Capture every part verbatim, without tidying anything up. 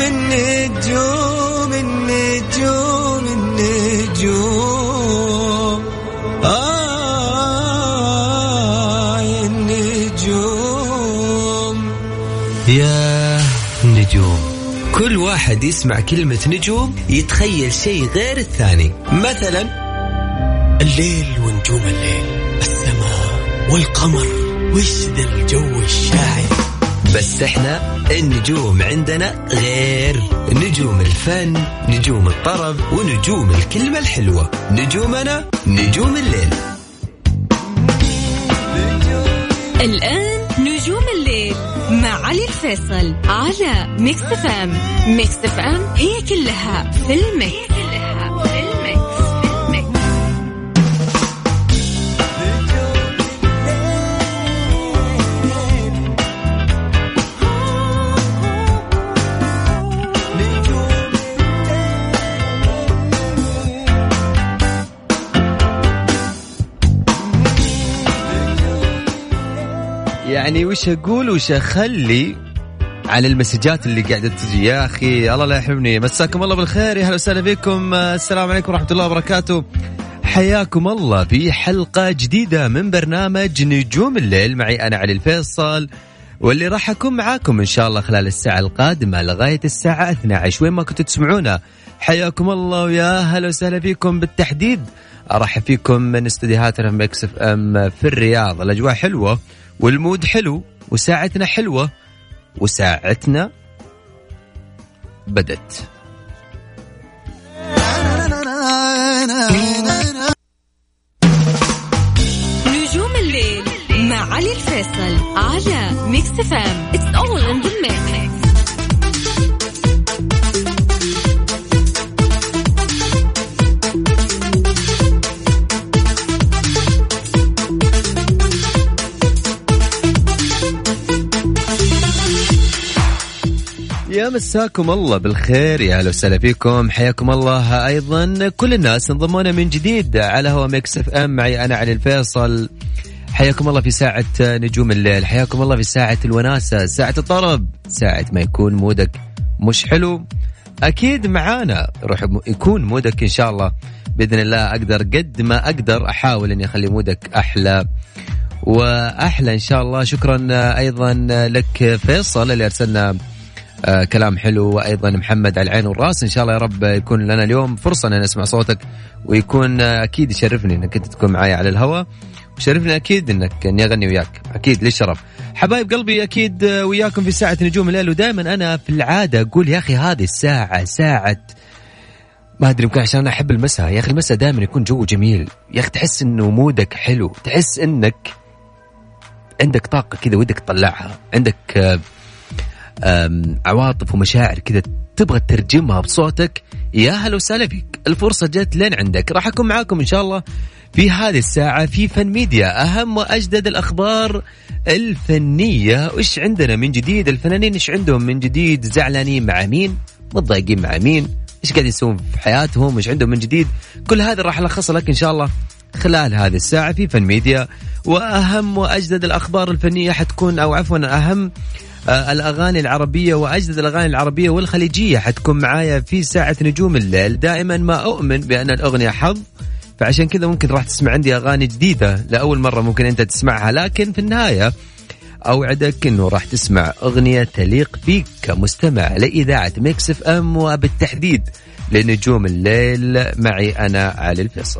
النجوم النجوم النجوم آه النجوم. يا نجوم، كل واحد يسمع كلمة نجوم يتخيل شيء غير الثاني. مثلا الليل ونجوم الليل، السماء والقمر، وش ذا الجو الشاعر. بس احنا النجوم عندنا غير، نجوم الفن، نجوم الطرب، ونجوم الكلمة الحلوة. نجومنا نجوم الليل. الآن نجوم الليل مع علي الفيصل على ميكس اف ام. ميكس اف ام هي كلها في الميكس. يعني وش أقول وش أخلي على المسجات اللي قاعدة تجي. يا أخي الله لا يحرمني. مساكم الله بالخير، يا هلا وسهلا بكم. السلام عليكم ورحمة الله وبركاته. حياكم الله في حلقة جديدة من برنامج نجوم الليل معي أنا علي الفيصل، واللي راح أكون معاكم إن شاء الله خلال الساعة القادمة لغاية الساعة اثنتي عشرة وين ما كنتوا تسمعونا. حياكم الله ويا هلا وسهلا بكم. بالتحديد أرحب فيكم من استديوهاتنا ميكس اف ام في الرياض. الأجواء حلوة والمود حلو وساعتنا حلوة وساعتنا بدت. نجوم الليل مع علي الفيصل على ميكس اف ام. It's all in the mix. يا مساكم الله بالخير، يا هلا وسهلا فيكم. حياكم الله أيضا كل الناس انضمونا من جديد على هوا ميكس اف ام معي أنا علي الفيصل. حياكم الله في ساعة نجوم الليل، حياكم الله في ساعة الوناسة، ساعة الطرب، ساعة ما يكون مودك مش حلو أكيد معانا روح يكون مودك إن شاء الله بإذن الله. أقدر قد ما أقدر أحاول أني أخلي مودك أحلى وأحلى إن شاء الله. شكرا أيضا لك فيصل اللي أرسلنا آه كلام حلو، وأيضا محمد على العين والراس. إن شاء الله يا رب يكون لنا اليوم فرصة أن نسمع صوتك، ويكون آه أكيد يشرفني أنك أنت تكون معي على الهواء، وشرفني أكيد أنك أني أغني وياك، أكيد للشرف. حبايب قلبي أكيد آه وياكم في ساعة نجوم الليل. ودائما أنا في العادة أقول يا أخي هذه الساعة ساعة ما أدري يمكن عشان أنا أحب المساء. يا أخي المساء دائما يكون جو جميل، يا أخي تحس إنه مودك حلو، تحس إنك عندك طاقة كذا ودك تطلعها، عندك آه عواطف ومشاعر كذا تبغى ترجمها بصوتك. يا هلا وسهلا فيك، الفرصة جت لين عندك. راح أكون معاكم إن شاء الله في هذه الساعة في فن ميديا، أهم وأجدد الأخبار الفنية. وإيش عندنا من جديد؟ الفنانين إيش عندهم من جديد؟ زعلانين مع مين؟ متضايقين مع مين؟ إيش قاعد يسوون في حياتهم؟ إيش عندهم من جديد؟ كل هذا راح ألخصه لك إن شاء الله خلال هذه الساعة في فن ميديا. وأهم وأجدد الأخبار الفنية حتكون أو عفوا أهم الأغاني العربية وأجدد الأغاني العربية والخليجية حتكون معايا في ساعة نجوم الليل. دائما ما أؤمن بأن الأغنية حظ، فعشان كذا ممكن راح تسمع عندي أغاني جديدة لأول مرة ممكن أنت تسمعها، لكن في النهاية أوعدك أنه راح تسمع أغنية تليق فيك كمستمع لإذاعة ميكس اف ام، وبالتحديد لنجوم الليل معي أنا علي الفيصل.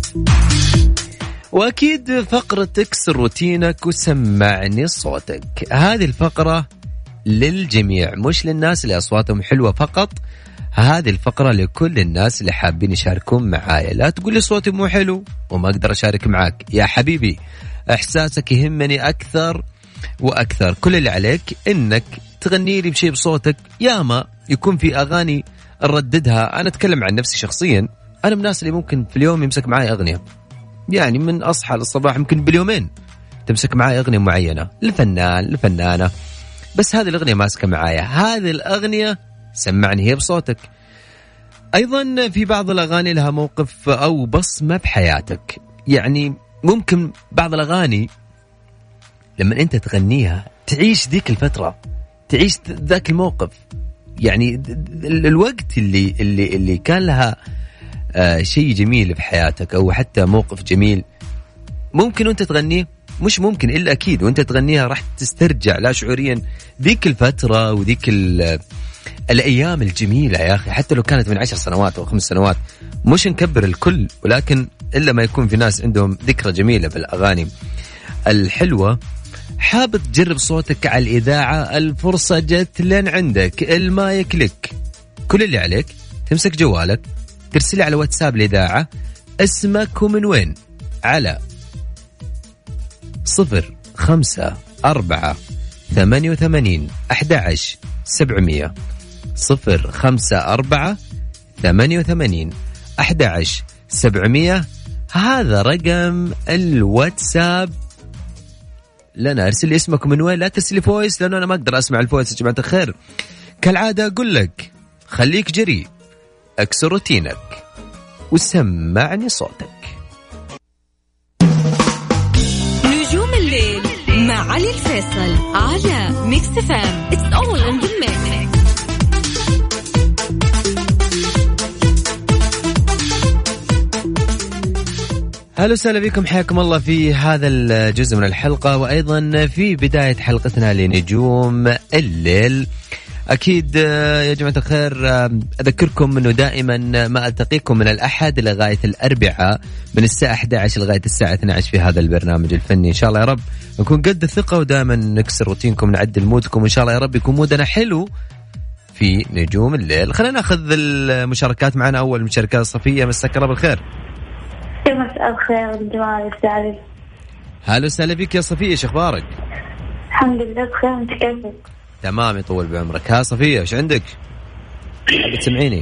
وأكيد فقرة تكسر روتينك وسمعني صوتك، هذه الفقرة للجميع مش للناس اللي أصواتهم حلوة فقط، هذه الفقرة لكل الناس اللي حابين يشاركون معايا. لا تقول لي صوتي مو حلو وما أقدر أشارك معاك يا حبيبي، إحساسك يهمني أكثر وأكثر. كل اللي عليك إنك تغني لي بشيء بصوتك. ياما يكون في أغاني نرددها، أنا أتكلم عن نفسي شخصيا، أنا من الناس اللي ممكن في اليوم يمسك معايا أغنية، يعني من أصحى للصباح ممكن باليومين تمسك معايا أغنية معينة للفنان للفنانة، بس هذه الأغنية ماسكة معايا، هذه الأغنية سمعني هي بصوتك. أيضا في بعض الأغاني لها موقف أو بصمة بحياتك، يعني ممكن بعض الأغاني لما أنت تغنيها تعيش ذيك الفترة، تعيش ذاك الموقف، يعني الوقت اللي اللي اللي كان لها آه شيء جميل في حياتك أو حتى موقف جميل، ممكن وانت تغنيه، مش ممكن إلا أكيد وانت تغنيها راح تسترجع لا شعوريا ذيك الفترة وذيك الأيام الجميلة يا أخي، حتى لو كانت من عشر سنوات أو خمس سنوات. مش نكبر الكل، ولكن إلا ما يكون في ناس عندهم ذكرى جميلة بالأغاني الحلوة. حابب تجرب صوتك على الإذاعة؟ الفرصة جت لين عندك، المايك لك. كل اللي عليك تمسك جوالك، ترسلي على واتساب الإذاعة اسمك ومن وين على صفر خمسة أربعة ثمانية وثمانين أحد عشر سبعمية صفر خمسة أربعة ثمانية وثمانين أحد عشر سبعمية. هذا رقم الواتساب لنا. ارسل لي اسمك من وين، لا ترسلي فويس لأنه أنا ما أقدر أسمع الفويس يا جماعة الخير. كالعادة أقول لك خليك جري، أكسر روتينك وسمعني صوتك. نجوم الليل مع علي الفيصل على ميكس فام. It's all in the mix. هلا وسهلا بكم، حياكم الله في هذا الجزء من الحلقة، وأيضا في بداية حلقتنا لنجوم الليل. أكيد يا جماعة الخير أذكركم أنه دائما ما ألتقيكم من الأحد لغاية الأربعاء من الساعة أحد عشر لغاية الساعة اثنتي عشرة في هذا البرنامج الفني. إن شاء الله يا رب نكون قد الثقة ودائما نكسر روتينكم، نعدل مودكم، وإن شاء الله يا رب يكون مودنا حلو في نجوم الليل. خلينا نأخذ المشاركات. معنا أول مشاركة صفية، مساك الله بالخير. مساء الخير الجمال السعيد. هلا وسهلا بك يا صفية، شو اخبارك؟ الحمد لله بخير، انت كيفك؟ تمام يطول بعمرك. ها صفية ايش عندك؟ حابة تسمعيني؟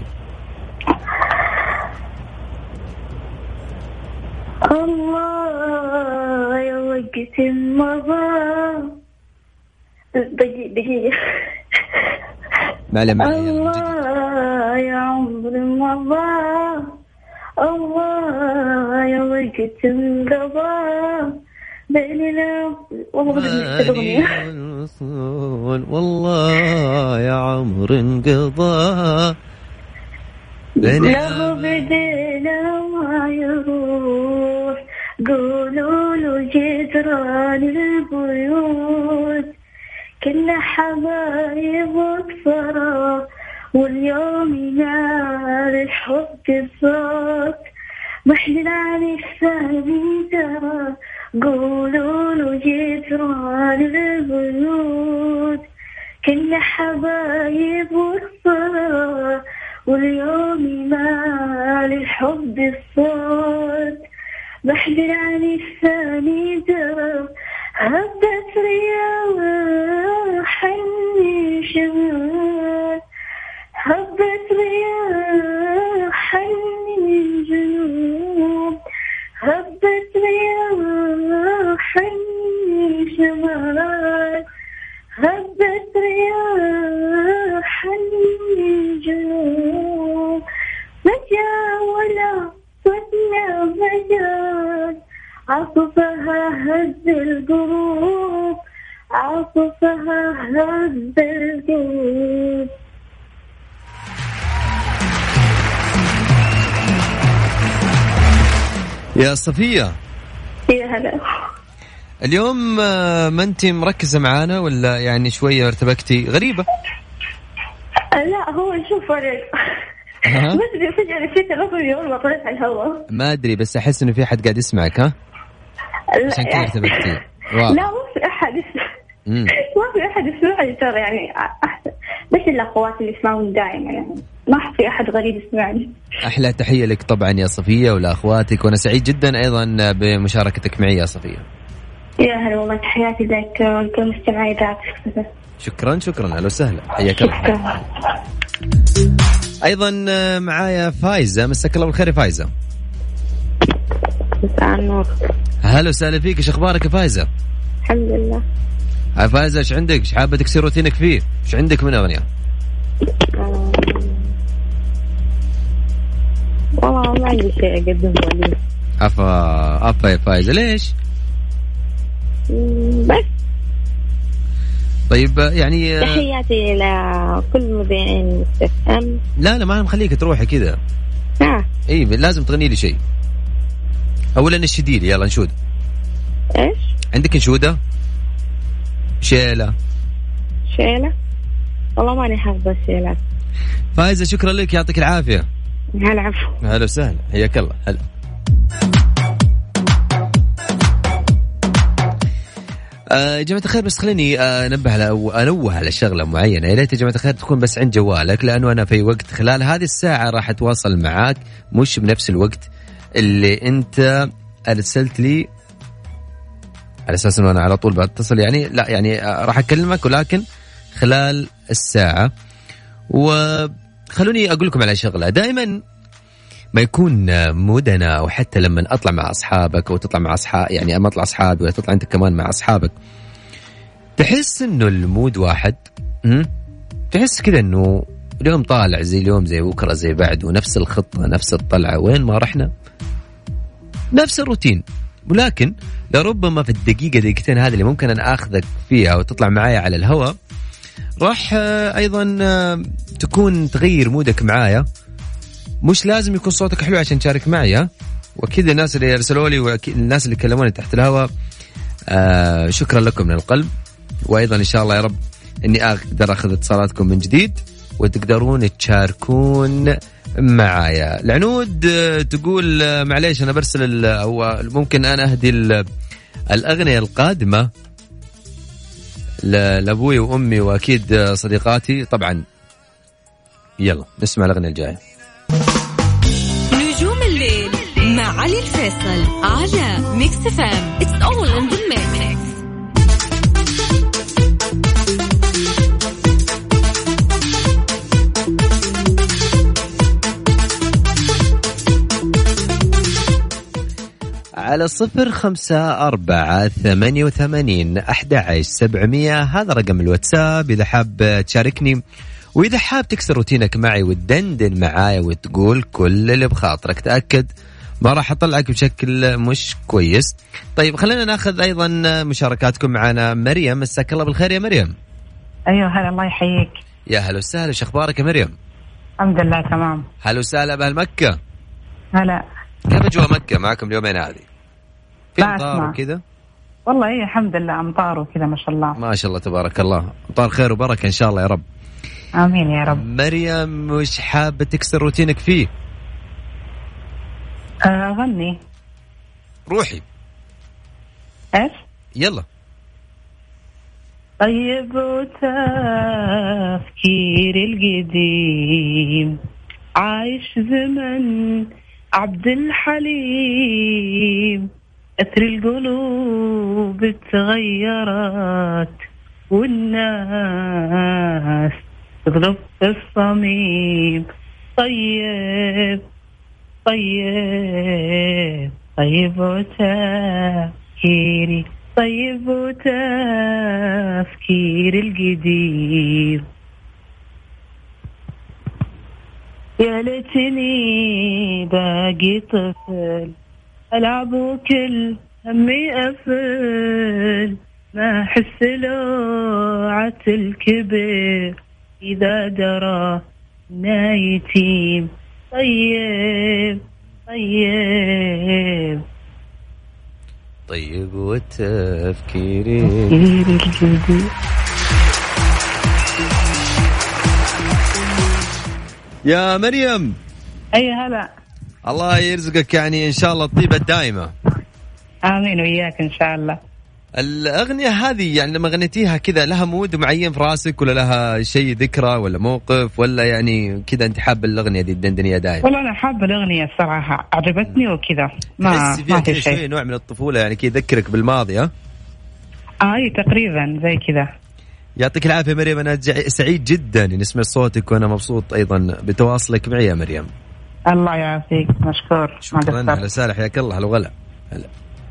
الله يا وقت مضى. دقيقة دقيقة معلي معلي. الله يا عمر مضى، الله يا وقت انقضى بيننا. والله يا عمر انقضى له بدينا ما يروح، قولوا له جدران البيوت كنا حبايب وكسرى، واليوم ينال الحب الصوت محزن عن الثاني ترى، قولوا له جدران البيوت كنا حبايب وكسرى، واليوم ينال الحب الصوت محزن عن الثاني ترى، هبت رياح النشاط، هبت رياح الجنوب، هبت رياح الشمال، هبت رياح الجنوب، مجا ولا صدنا مجال، عصفها هز القلوب، عصفها هز القلوب. يا صفية يا هلا، اليوم ما انت مركزة معانا ولا يعني شوية ارتبكتي؟ غريبة. لا هو شوف فرق بس فجأة نسيت الرقم يوم ما طلعت على الهواء، ما ادري بس احس انه في حد قاعد يسمعك. ها عشان كذا ارتبكتي. لا ما في احد ما في احد يسمعني ترى، يعني احسن بس الاخوات اللي يسمعون دائما، يعني ما في احد غريب يسمعني. احلى تحية لك طبعا يا صفية ولاخواتك، وانا سعيد جدا ايضا بمشاركتك معي يا صفية. يا هلا والله، تحياتي لك ولكل مستمعي ذاتك. شكرا شكرا، اهلا وسهلا، حياك الله. ايضا معايا فايزة، مساك الله بالخير فايزة. مساء النور. هلا وسهلا فيك، ايش اخبارك يا فايزة؟ الحمد لله. هاي فايزة ايش عندك؟ ايش حابة تكسر روتينك فيه؟ ايش عندك من اغنية؟ والله ما عندي شيء اقدمه لي. عفا عفا يا فايزة، ليش؟ بس طيب يعني تحياتي لكل مذيعين مكس اف ام. لا لا ما نخليك تروحي كذا. اه اي لازم تغني لي شيء. اولا نشدي لي، يلا نشود. ايش عندك نشوده؟ شيله شيله؟ والله ماني حافظه الشيلات. فايزه شكرا لك، يعطيك العافيه. هلا عفو. هلا وسهلا، حياك الله. هلا يا جماعة الخير، بس خليني أنبه على أو أنوه على شغلة معينة. يا ريت يا جماعة الخير تكون بس عند جوالك، لأنه أنا في وقت خلال هذه الساعة راح أتواصل معاك، مش بنفس الوقت اللي أنت أرسلت لي على أساس أنه أنا على طول بتصل، يعني لا، يعني راح أكلمك ولكن خلال الساعة. وخلوني أقول لكم على شغلة، دائما ما يكون مودنا، أو حتى لما أطلع مع أصحابك أو تطلع مع أصحاب، يعني أما أطلع أصحابي ولا تطلع أنت كمان مع أصحابك، تحس إنه المود واحد. تحس كذا إنه اليوم طالع زي اليوم زي بكرة زي بعد، ونفس الخطة نفس الطلعة، وين ما رحنا نفس الروتين. ولكن لربما في الدقيقة دقيقتين هذه اللي ممكن أن أخذك فيها وتطلع معايا على الهواء، راح أيضا تكون تغير مودك معايا. مش لازم يكون صوتك حلو عشان تشارك معي، وأكيد الناس اللي أرسلوا لي والناس اللي كلموني تحت الهواء آه شكرا لكم من القلب. وأيضا إن شاء الله يا رب إني أقدر أخذ اتصالاتكم من جديد وتقدرون تشاركون معايا. العنود تقول معليش أنا برسل، أو ممكن أنا أهدي الأغنية القادمة لأبوي وأمي وأكيد صديقاتي طبعا. يلا نسمع الأغنية الجاية. نجوم الليل مع علي الفيصل على ميكس اف ام. It's all in the mix. على صفر خمسة أربعة ثمانية وثمانين أحد عشر سبعمية، هذا رقم الواتساب إذا حاب تشاركني، وإذا حاب تكسر روتينك معي وتدندن معاي وتقول كل اللي بخاطرك. تأكد ما راح أطلعك بشكل مش كويس. طيب خلينا ناخذ أيضا مشاركاتكم معنا. مريم، مساك الله بالخير يا مريم. أيوه هلا، الله يحييك. يا هلا وسهلا، شو أخبارك يا مريم؟ الحمد لله تمام. هلا وسهلا بأهل مكة. هلا، كيف أجواء مكة معكم اليومين هذه؟ في أمطار وكذا؟ والله إيه الحمد لله أمطار وكذا ما شاء الله. ما شاء الله تبارك الله، أمطار خير وبركة إن شاء الله يا رب. آمين يا رب. مريم، مش حابة تكسر روتينك فيه؟ أغني. روحي. إيش؟ يلا. طيب وتفكير القديم، عايش زمن عبد الحليم، أثر القلوب تغيرت والناس تغلب في الصميم. طيب طيب طيب وتفكيري، طيب وتفكير القديم، يا ليتني باقي طفل ألعب وكل همي أفل، ما أحس لوعة الكبر إذا درى نايتيم. طيب طيب طيب وتفكيري. يا مريم. أي هلا. الله يرزقك يعني إن شاء الله الطيبة الدائمة. آمين وإياك إن شاء الله. الأغنية هذه يعني لما غنيتيها كذا لها مود معين في راسك، ولا لها شيء ذكرى ولا موقف، ولا يعني كذا أنت حابة الأغنية دي الدندنية دائما؟ والله أنا حابة الأغنية الصراحة، عجبتني وكذا. ما ما في شيء نوع من الطفولة يعني كذا يذكرك بالماضي. ها آه تقريبا زي كذا. يعطيك العافية مريم، أنا سعيد جدا إن اسمع صوتك، وأنا مبسوط أيضا بتواصلك معي يا مريم. الله يعافيك، مشكور. شكرا. على سالح، حياك الله. هلا وغلا. هلا.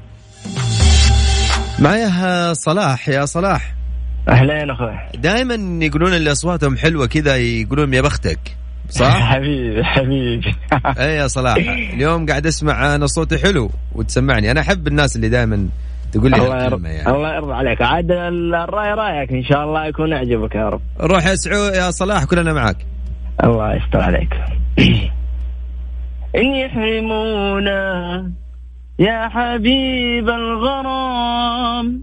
معايا صلاح. يا صلاح. أهلين أخوي. دائما يقولون اللي أصواتهم حلوة كذا يقولون يا بختك، صح؟ حبيبي حبيبي. أي يا صلاح، اليوم قاعد أسمع أنا صوتي حلو وتسمعني. أنا أحب الناس اللي دائما تقول لي الله يرضى يعني. الله يرضى عليك. عاد الرأي رأيك إن شاء الله يكون يعجبك يا رب. روح يا سعود يا صلاح كلنا معك. الله يستر عليك. إن يحرمونا يا حبيب الغرام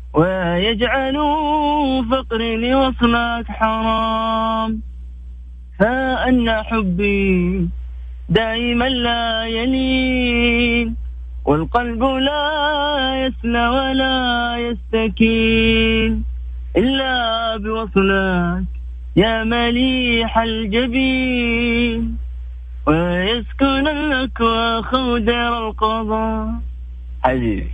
ويجعلوا فقري لوصلك حرام فأن حبي دائما لا يلين والقلب لا يسلى ولا يستكين إلا بوصلك يا مليح الجبين ويسكن لك وخودر القضاء حبيبي.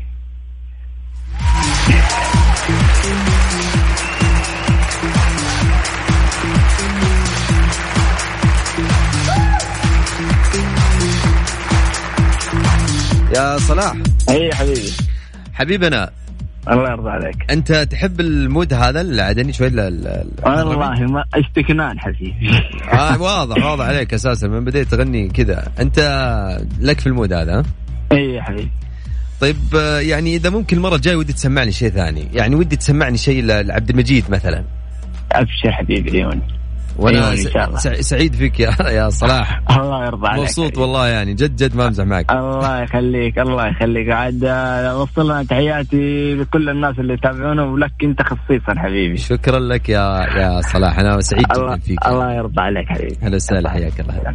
يا صلاح. اي حبيبي. حبيبنا الله يرضى عليك. انت تحب المود هذا العدني شوي؟ والله ما استكنان حبيبي. اه واضح واضح عليك اساسا من بديت تغني كذا. انت لك في المود هذا؟ اي حبيبي. طيب يعني اذا ممكن المره الجايه ودي تسمعني شيء ثاني، يعني ودي تسمعني شيء لعبد المجيد مثلا. ابشر حبيبي عيوني. وانا سعيد فيك يا يا صلاح. الله يرضى عليك. مبسوط والله يعني جد جد ما امزح معك. الله يخليك الله يخليك. عاد وصلنا تحياتي لكل الناس اللي يتابعونا ولك انت خصيصا حبيبي. شكرا لك يا يا صلاح انا سعيد جدا فيك. الله يرضى عليك حبيبي. هلا وسهلا حياك الله.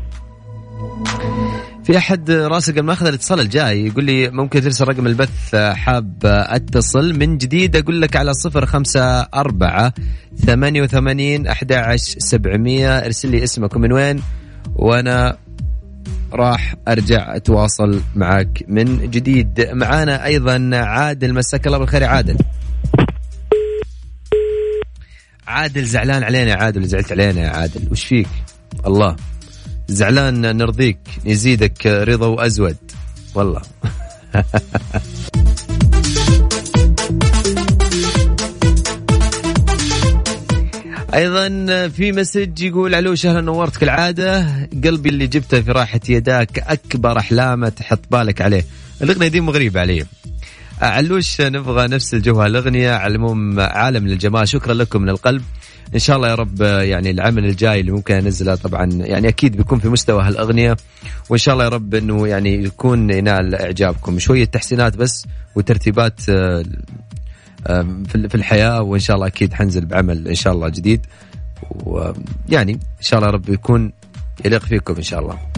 في أحد راسل ما أخذ الاتصال الجاي يقول لي ممكن ترسل رقم البث حاب أتصل من جديد. أقول لك على صفر خمسة أربعة ثمانية وثمانين أحد عشر سبعمية. ارسل لي اسمك ومن وين وأنا راح أرجع أتواصل معك من جديد. معانا أيضا عادل. مساك الله بالخير عادل. عادل زعلان علينا يا عادل. زعلت علينا يا عادل وش فيك؟ الله زعلان نرضيك يزيدك رضا وأزود والله. أيضا في مسج يقول علوش أهلا نورتك العادة قلبي اللي جبته في راحة يداك أكبر أحلامه تحط بالك عليه. الأغنية دي مغريبة علي علوش نبغى نفس الجو الأغنية. على العموم عالم للجمال. شكرا لكم من القلب. إن شاء الله يا رب يعني العمل الجاي اللي ممكن أنزله طبعا يعني أكيد بيكون في مستوى هالأغنية وإن شاء الله يا رب إنه يعني يكون ينال إعجابكم. شوية تحسينات بس وترتيبات في الحياة وإن شاء الله أكيد حنزل بعمل إن شاء الله جديد ويعني إن شاء الله رب يكون يليق فيكم إن شاء الله.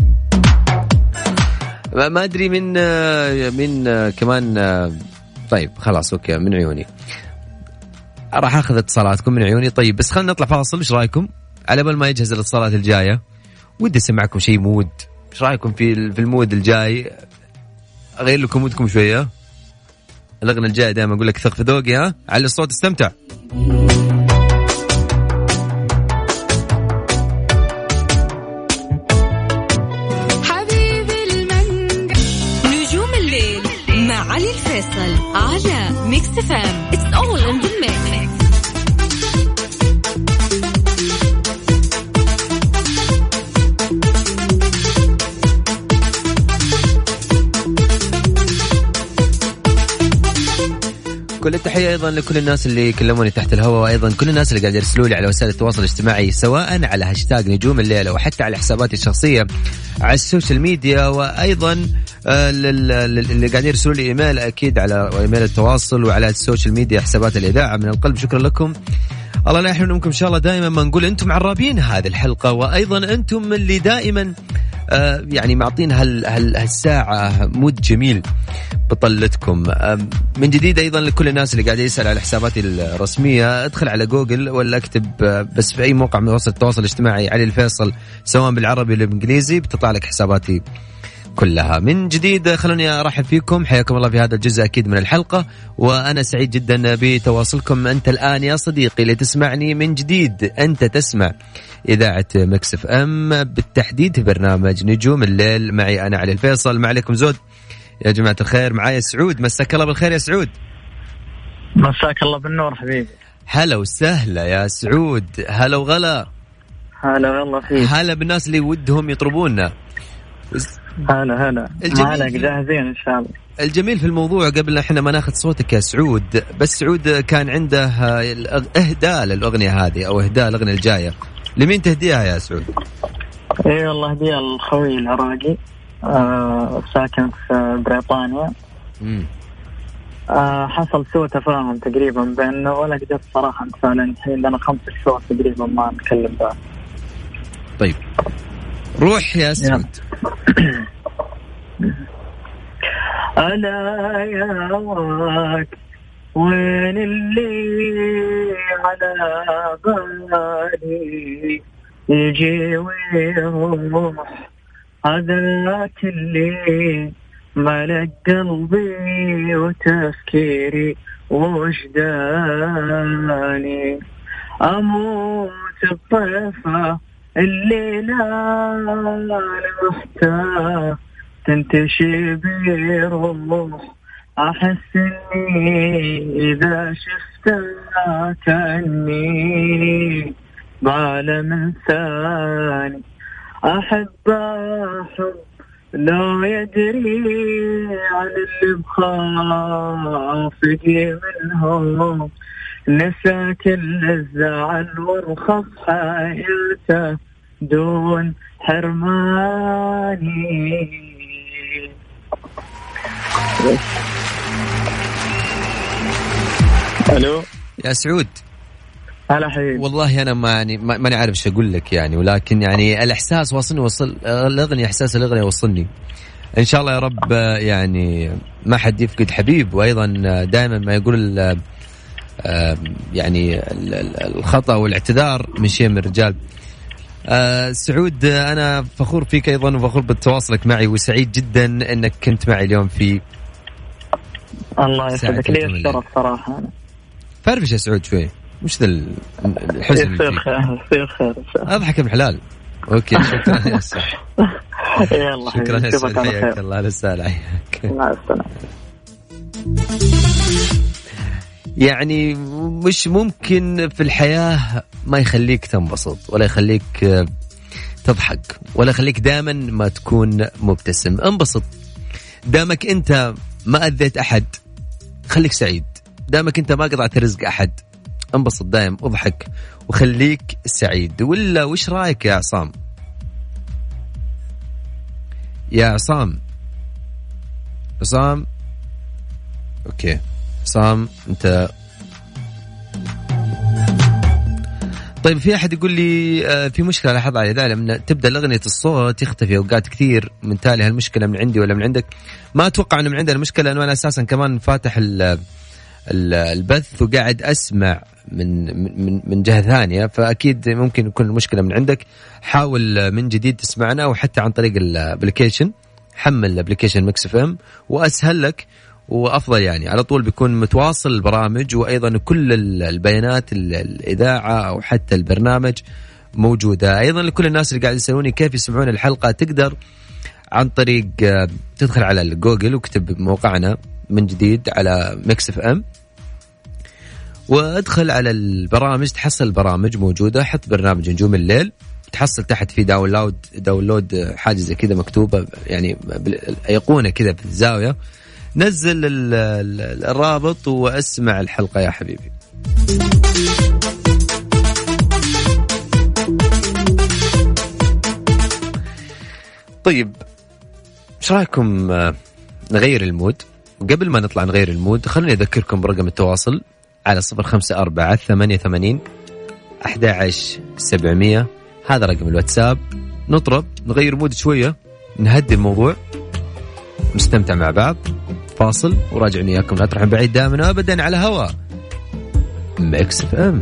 ما أدري من من كمان. طيب خلاص أوكي من عيوني راح أخذ اتصالاتكم من عيوني. طيب بس خلنا نطلع فاصل. إيش رأيكم على بال ما يجهز الاتصالات الجاية ودي أسمعكم شيء مود. إيش رأيكم في في المود الجاي؟ أغير لكم مودكم شوية. الأغنية الجاية دائما أقول لك ثق في ذوقي. ها على الصوت استمتع. حبيبي المنقى نجوم الليل مع علي الفيصل على ميكس إف إم. It's all in the mix. كل التحية أيضا لكل الناس اللي كلموني تحت الهواء وأيضا كل الناس اللي قاعد يرسلوا لي على وسائل التواصل الاجتماعي سواء على هاشتاج نجوم الليل أو حتى على حساباتي الشخصية على السوشيال ميديا وأيضا اللي قاعد يرسلوا لي إيميل أكيد على إيميل التواصل وعلى السوشيال ميديا حسابات الإذاعة. من القلب شكرا لكم. الله لا يحرمكم إن شاء الله. دائما ما نقول أنتم عرابين هذه الحلقة وأيضا أنتم اللي دائما آه يعني معطين هال هال هالساعة مود جميل بطلتكم. آه من جديد أيضا لكل الناس اللي قاعد يسأل على حساباتي الرسمية ادخل على جوجل ولا اكتب آه بس في أي موقع من وسائل التواصل الاجتماعي علي الفيصل سواء بالعربي ولا بالإنجليزي بتطلع لك حساباتي كلها. من جديد خلوني أرحب فيكم. حياكم الله في هذا الجزء أكيد من الحلقة وأنا سعيد جدا بتواصلكم. أنت الآن يا صديقي اللي تسمعني من جديد أنت تسمع إذاعة ميكس إف إم بالتحديد برنامج نجوم الليل معي أنا علي الفيصل. ما عليكم زود يا جماعة الخير. معايا سعود. مساك الله بالخير يا سعود. مساك الله بالنور حبيبي. هلا وسهلا يا سعود. هلا وغلا. هلا والله فيك. هلا بالناس اللي ودهم يطربونا. هلا هلا معنا جاهزين إن شاء الله. الجميل في الموضوع قبل احنا ما ناخذ صوتك يا سعود، بس سعود كان عنده اهداء للاغنيه هذه او اهداء الاغنيه الجايه، لمين تهديها يا سعود؟ اي والله هديه الخوي العراقي آه ساكن في بريطانيا. امم آه حصل سوء تفاهم تقريبا بيننا ولا قدرت صراحه انسان الحين لنا خمس شهور تقريبا ما نتكلم بها. طيب روح يا سعود. ألا يا واك وين اللي على بالي يجي ويروح، هذاك اللي ملك قلبي وتفكيري وجداني، أموت بطيفة اللي لا محتاج تنتشي بروح، أحس إني إذا شفتها كأني بعالم ثاني، أحب أحب لو يدري عن اللي بخافقي منهم، نسى كل الزعل ورخص حياته دون حرماني. الو يا سعود. هلا حبيبي. والله انا ما يعني ماني عارف ايش اقول لك يعني، ولكن يعني الاحساس وصلني، وصل الاغنيه، احساس الاغنيه وصلني. ان شاء الله يا رب يعني ما حد يفقد حبيب، وايضا دائما ما يقول يعني الخطا والاعتذار من شيء من الرجال. أه سعود أنا فخور فيك أيضا وفخور بتواصلك معي، وسعيد جدا أنك كنت معي اليوم في الله يسعدك. لي الشرف صراحة. فارفش يا سعود شوي، مش ذا الحزن يصير خير يصير خير أضحك ابن حلال. أوكي شكرا يا سعود. يلا شكرا يا سعود، حياك الله. لسه حياك. مع السلامة. يعني مش ممكن في الحياة ما يخليك تنبسط ولا يخليك تضحك ولا يخليك دائما ما تكون مبتسم. انبسط دامك انت ما أذيت أحد، خليك سعيد. دامك انت ما قطعت رزق أحد، انبسط دائم، اضحك وخليك سعيد. ولا وش رأيك يا عصام؟ يا عصام عصام اوكي عصام انت. طيب في احد يقول لي آه في مشكله لاحظ على ذلك لما تبدا الاغنيه الصوت يختفي اوقات كثير، من تالي هالمشكله من عندي ولا من عندك؟ ما اتوقع انه من عندنا المشكله، لانه انا اساسا كمان فاتح ال ال البث وقاعد اسمع من من من جهه ثانيه، فاكيد ممكن يكون المشكله من عندك. حاول من جديد تسمعنا، او حتى عن طريق الابلكيشن. حمل الابلكيشن ميكس اف ام واسهل لك وأفضل، يعني على طول بيكون متواصل البرامج، وأيضا كل البيانات الإذاعة أو حتى البرنامج موجودة. أيضا لكل الناس اللي قاعد يسألوني كيف يسمعون الحلقة، تقدر عن طريق تدخل على الجوجل وكتب موقعنا من جديد على ميكس اف ام، وادخل على البرامج، تحصل البرامج موجودة. حط برنامج نجوم الليل، تحصل تحت في داونلود داونلود حاجة زي كذا مكتوبة، يعني أيقونة كذا في الزاوية. نزل الرابط واسمع الحلقة يا حبيبي. طيب ايش رايكم نغير المود؟ قبل ما نطلع نغير المود خلوني اذكركم برقم التواصل على صفر خمسة أربعة ثمانية ثمانين أحد عشر سبعمية. هذا رقم الواتساب. نطرب نغير مود شوية، نهدي الموضوع، نستمتع مع بعض. فاصل وراجعني إياكم، لا تروحون بعيد، دائما أبدا على هوا ميكس اف ام.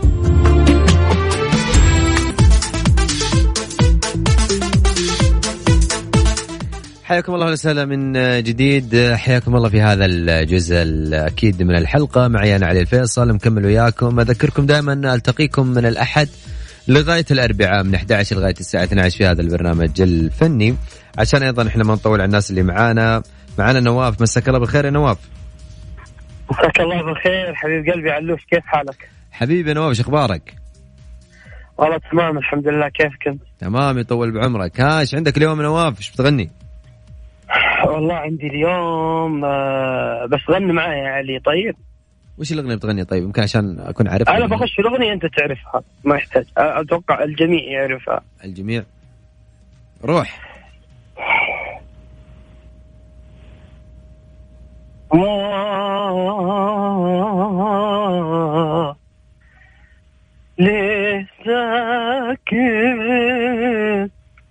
حياكم الله وسهلا من جديد. حياكم الله في هذا الجزء الأكيد من الحلقة. معي أنا علي الفيصل مكمل وياكم. أذكركم دائما ألتقيكم من الأحد لغاية الأربعاء من أحد عشر لغاية الساعة اثنتي عشرة في هذا البرنامج الفني، عشان أيضا إحنا ما نطول على الناس اللي معانا. معانا نواف. مساك الله بالخير يا نواف. مساك الله بالخير حبيب قلبي علوش، كيف حالك؟ حبيبي نواف، ايش اخبارك؟ والله تمام الحمد لله. كيفكم؟ تمام يطول بعمرك. هاش عندك اليوم نواف ايش بتغني؟ والله عندي اليوم آه بس غني معايا يا علي. طيب وش الأغنية بتغني؟ طيب يمكن عشان أكون عارف. أنا بخش في الأغنية أنت تعرفها ما يحتاج، أتوقع الجميع يعرفها. الجميع روح. آه ليه ساكت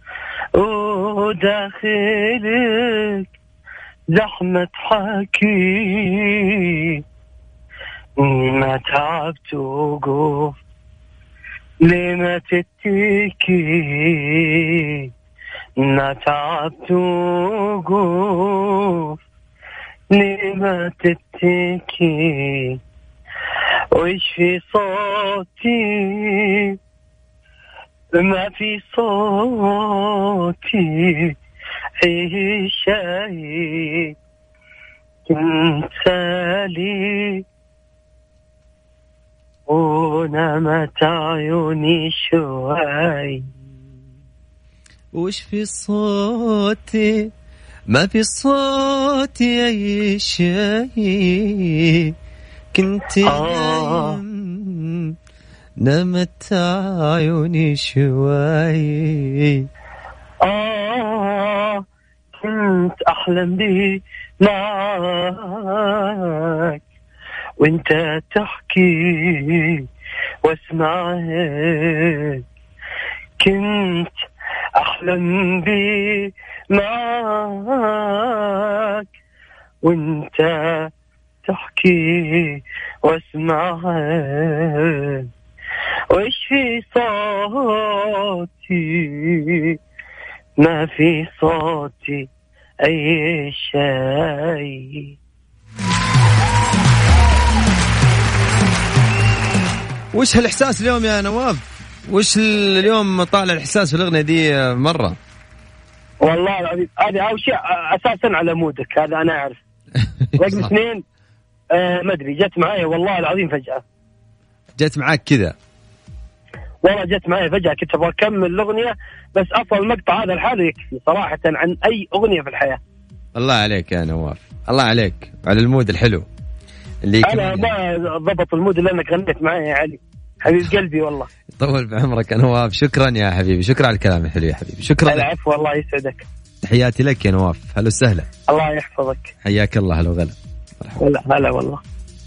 وداخلك زحمة حكي، ما تعبت وقوف ليه ما تتكي، ما تعبت وقوف ليه ما تتكي، وإيش في صوتي ما في صوتي عيشاي كنت سالي ونامت عيوني شوي، وش في صوتي ما في صوتي أي شيء كنت آه. نامت عيوني شوي. آه كنت أحلم بي معاك وانت تحكي واسمعك، كنت أحلم بي معاك وانت تحكي واسمعك، وإيش في صوتي ما في صوتي أي شيء. وش هالإحساس اليوم يا نواف؟ وش اليوم طالع الإحساس في الأغنية دي مرة؟ والله العظيم هذا أول شيء أساسا على مودك، هذا أنا أعرف. رقم اثنين آه ما أدري جت معايا والله العظيم فجأة. جت معاك كذا؟ والله جت معايا فجأة، كنت أبغى أكمل الأغنية بس أصلا المقطع هذا الحاله يكفي صراحة عن أي أغنية في الحياة. الله عليك يا نواف، الله عليك على المود الحلو اللي أنا ما ضبط المود اللي أنك غنيت معايا يا علي حبيب قلبي. والله طول بعمرك يا نواف، شكرا يا حبيبي، شكرا على الكلام الحلو يا حبيبي، شكرا. العفو والله يسعدك. تحياتي لك يا نواف، هلا وسهلا. الله يحفظك. حياك الله. هلا وغلا. هلا هلا والله.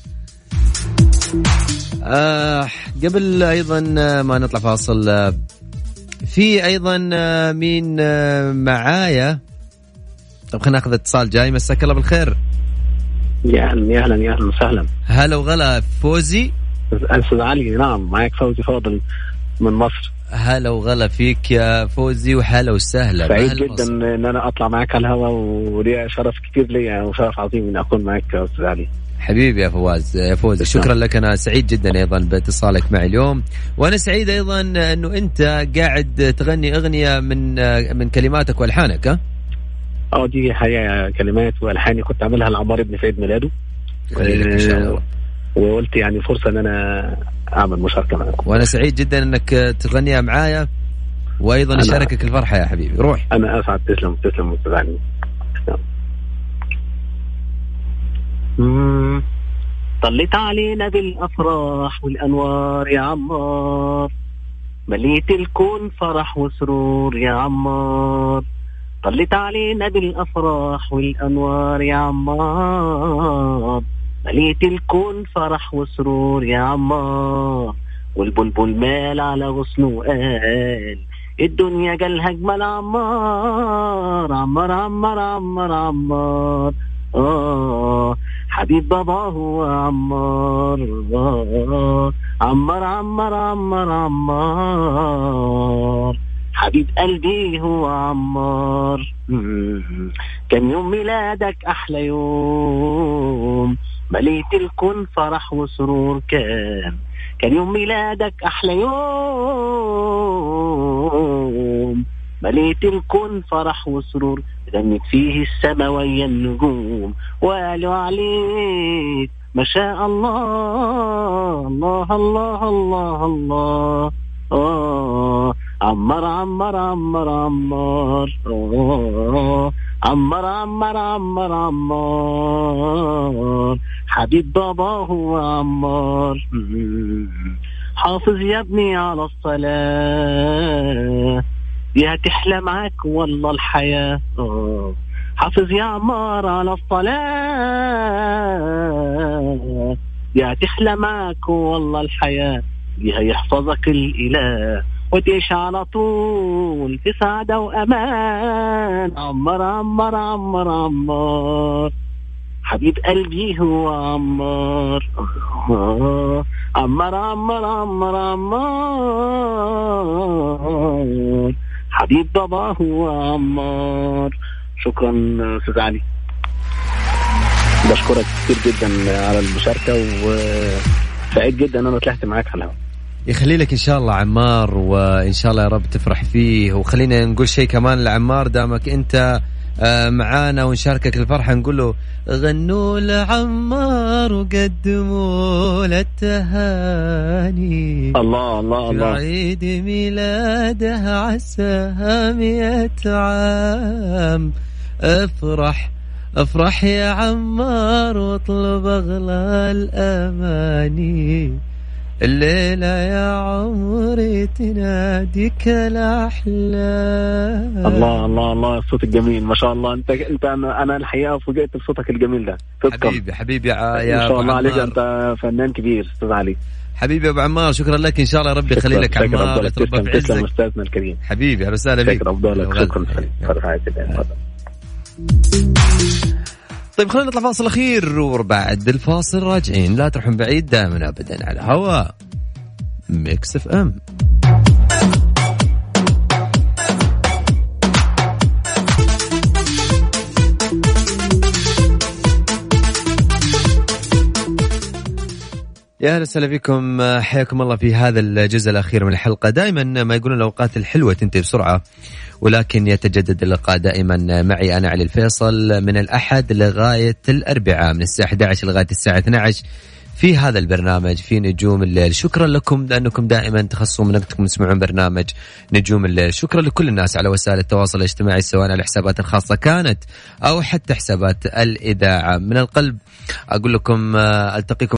آه قبل أيضا ما نطلع فاصل آه في أيضا آه مين آه معايا؟ طب خلينا ناخذ اتصال جاي. مساك الله بالخير. يا أهلا يا أهلا يا أهلا وسهلا. هلا وغلا. فوزي أستاذ علي. نعم معك فوزي فاضل من مصر. هلا وغلا فيك يا فوزي وهلا وسهلا. سعيد جدا ان انا اطلع معك على الهواء، ولي شرف كثير لي وشرف عظيم ان اكون معك يا استاذ علي. حبيبي يا فواز يا فوزي، شكرا لك. انا سعيد جدا ايضا باتصالك معي اليوم، وانا سعيد ايضا انه انت قاعد تغني اغنيه من من كلماتك والحانك. ها اه دي حقيقه كلمات والحاني كنت اعملها لعمار ابن في عيد ميلاده ان شاء الله، وقلت يعني فرصه ان انا اعمل مشاركه معكم، وانا سعيد جدا انك تغنيها معايا وايضا اشاركك الفرحه يا حبيبي. روح. انا اسعد. تسلم تسلم استاذ علي. امم طلت علينا بالافراح والانوار يا عمار، مليت الكون فرح وسرور يا عمار، طلت علينا بالافراح والانوار يا عمار، مليت الكون فرح وسرور يا عمار، والبلبل مال على غصنه وقال الدنيا جالها اجمل عمار، عمار عمار عمار عمار آه حبيب بابا هو عمار، آه عمار عمار عمار عمار حبيب قلبي هو عمار. كان يوم ميلادك أحلى يوم، مليت الكون فرح وسرور، كان كان يوم ميلادك أحلى يوم، مليت الكون فرح وسرور، غنت فيه السما ويا النجوم، وقالوا عليك ما شاء الله الله الله الله الله آه عمر عمر عمر عمر آه عمر عمر عمر عمر حبيب بابا هو عمار. حافظ يا ابني على الصلاة يا تحلى معاك والله الحياة. آه حافظ يا عمار على الصلاة يا تحلى معاك والله الحياة. بها يحفظك الإله وتعيش على طول في سعادة وأمان. عمر عمر عمر عمار حبيب قلبي هو عمار. آه عمر عمر عمر عمار حبيب بابا هو عمار. شكرا أستاذ علي، بشكرك كتير جدا على المشاركة وسعيد جدا أن أنا طلعت معاك على الهواء. يخلي لك إن شاء الله عمار، وإن شاء الله يا رب تفرح فيه. وخلينا نقول شيء كمان لعمار دامك أنت معانا ونشاركك الفرحة، نقول له غنوا لعمار وقدموا للتهاني. الله الله الله. عيد ميلاده عساها مئة عام. افرح افرح يا عمار واطلب أغلى الأماني. الليلة يا عمري تناديك الأحلام. الله الله الله الصوت الجميل ما شاء الله. انت انت انا, أنا الحقيقة فوجئت بصوتك الجميل ده. حبيبي حبيبي يا ان شاء الله عليك، انت فنان كبير استاذ علي. حبيبي ابو عمار شكرا لك، ان شاء الله ربي يخلي لك عمار يتربى في عزك. استاذنا الكريم حبيبي اهلا وسهلا بك. شكرا افضلك. شكرا فرحة. طيب خلينا نطلع فاصل أخير وبعد الفاصل راجعين. لا تروحون بعيد، دائما أبدا على هوا ميكس اف ام. يا أهلا وسهلا بكم، حياكم الله في هذا الجزء الأخير من الحلقة. دائما ما يقولون الأوقات الحلوة تنتهي بسرعة، ولكن يتجدد اللقاء دائما معي أنا علي الفيصل من الأحد لغاية الأربعاء من الساعة إحدى عشر لغاية الساعة اثنتي عشرة في هذا البرنامج في نجوم الليل. شكرا لكم لأنكم دائما تخصصون من وقتكم تسمعون برنامج نجوم الليل. شكرا لكل الناس على وسائل التواصل الاجتماعي سواء على الحسابات الخاصة كانت أو حتى حسابات الإذاعة. من القلب أقول لكم ألتقيكم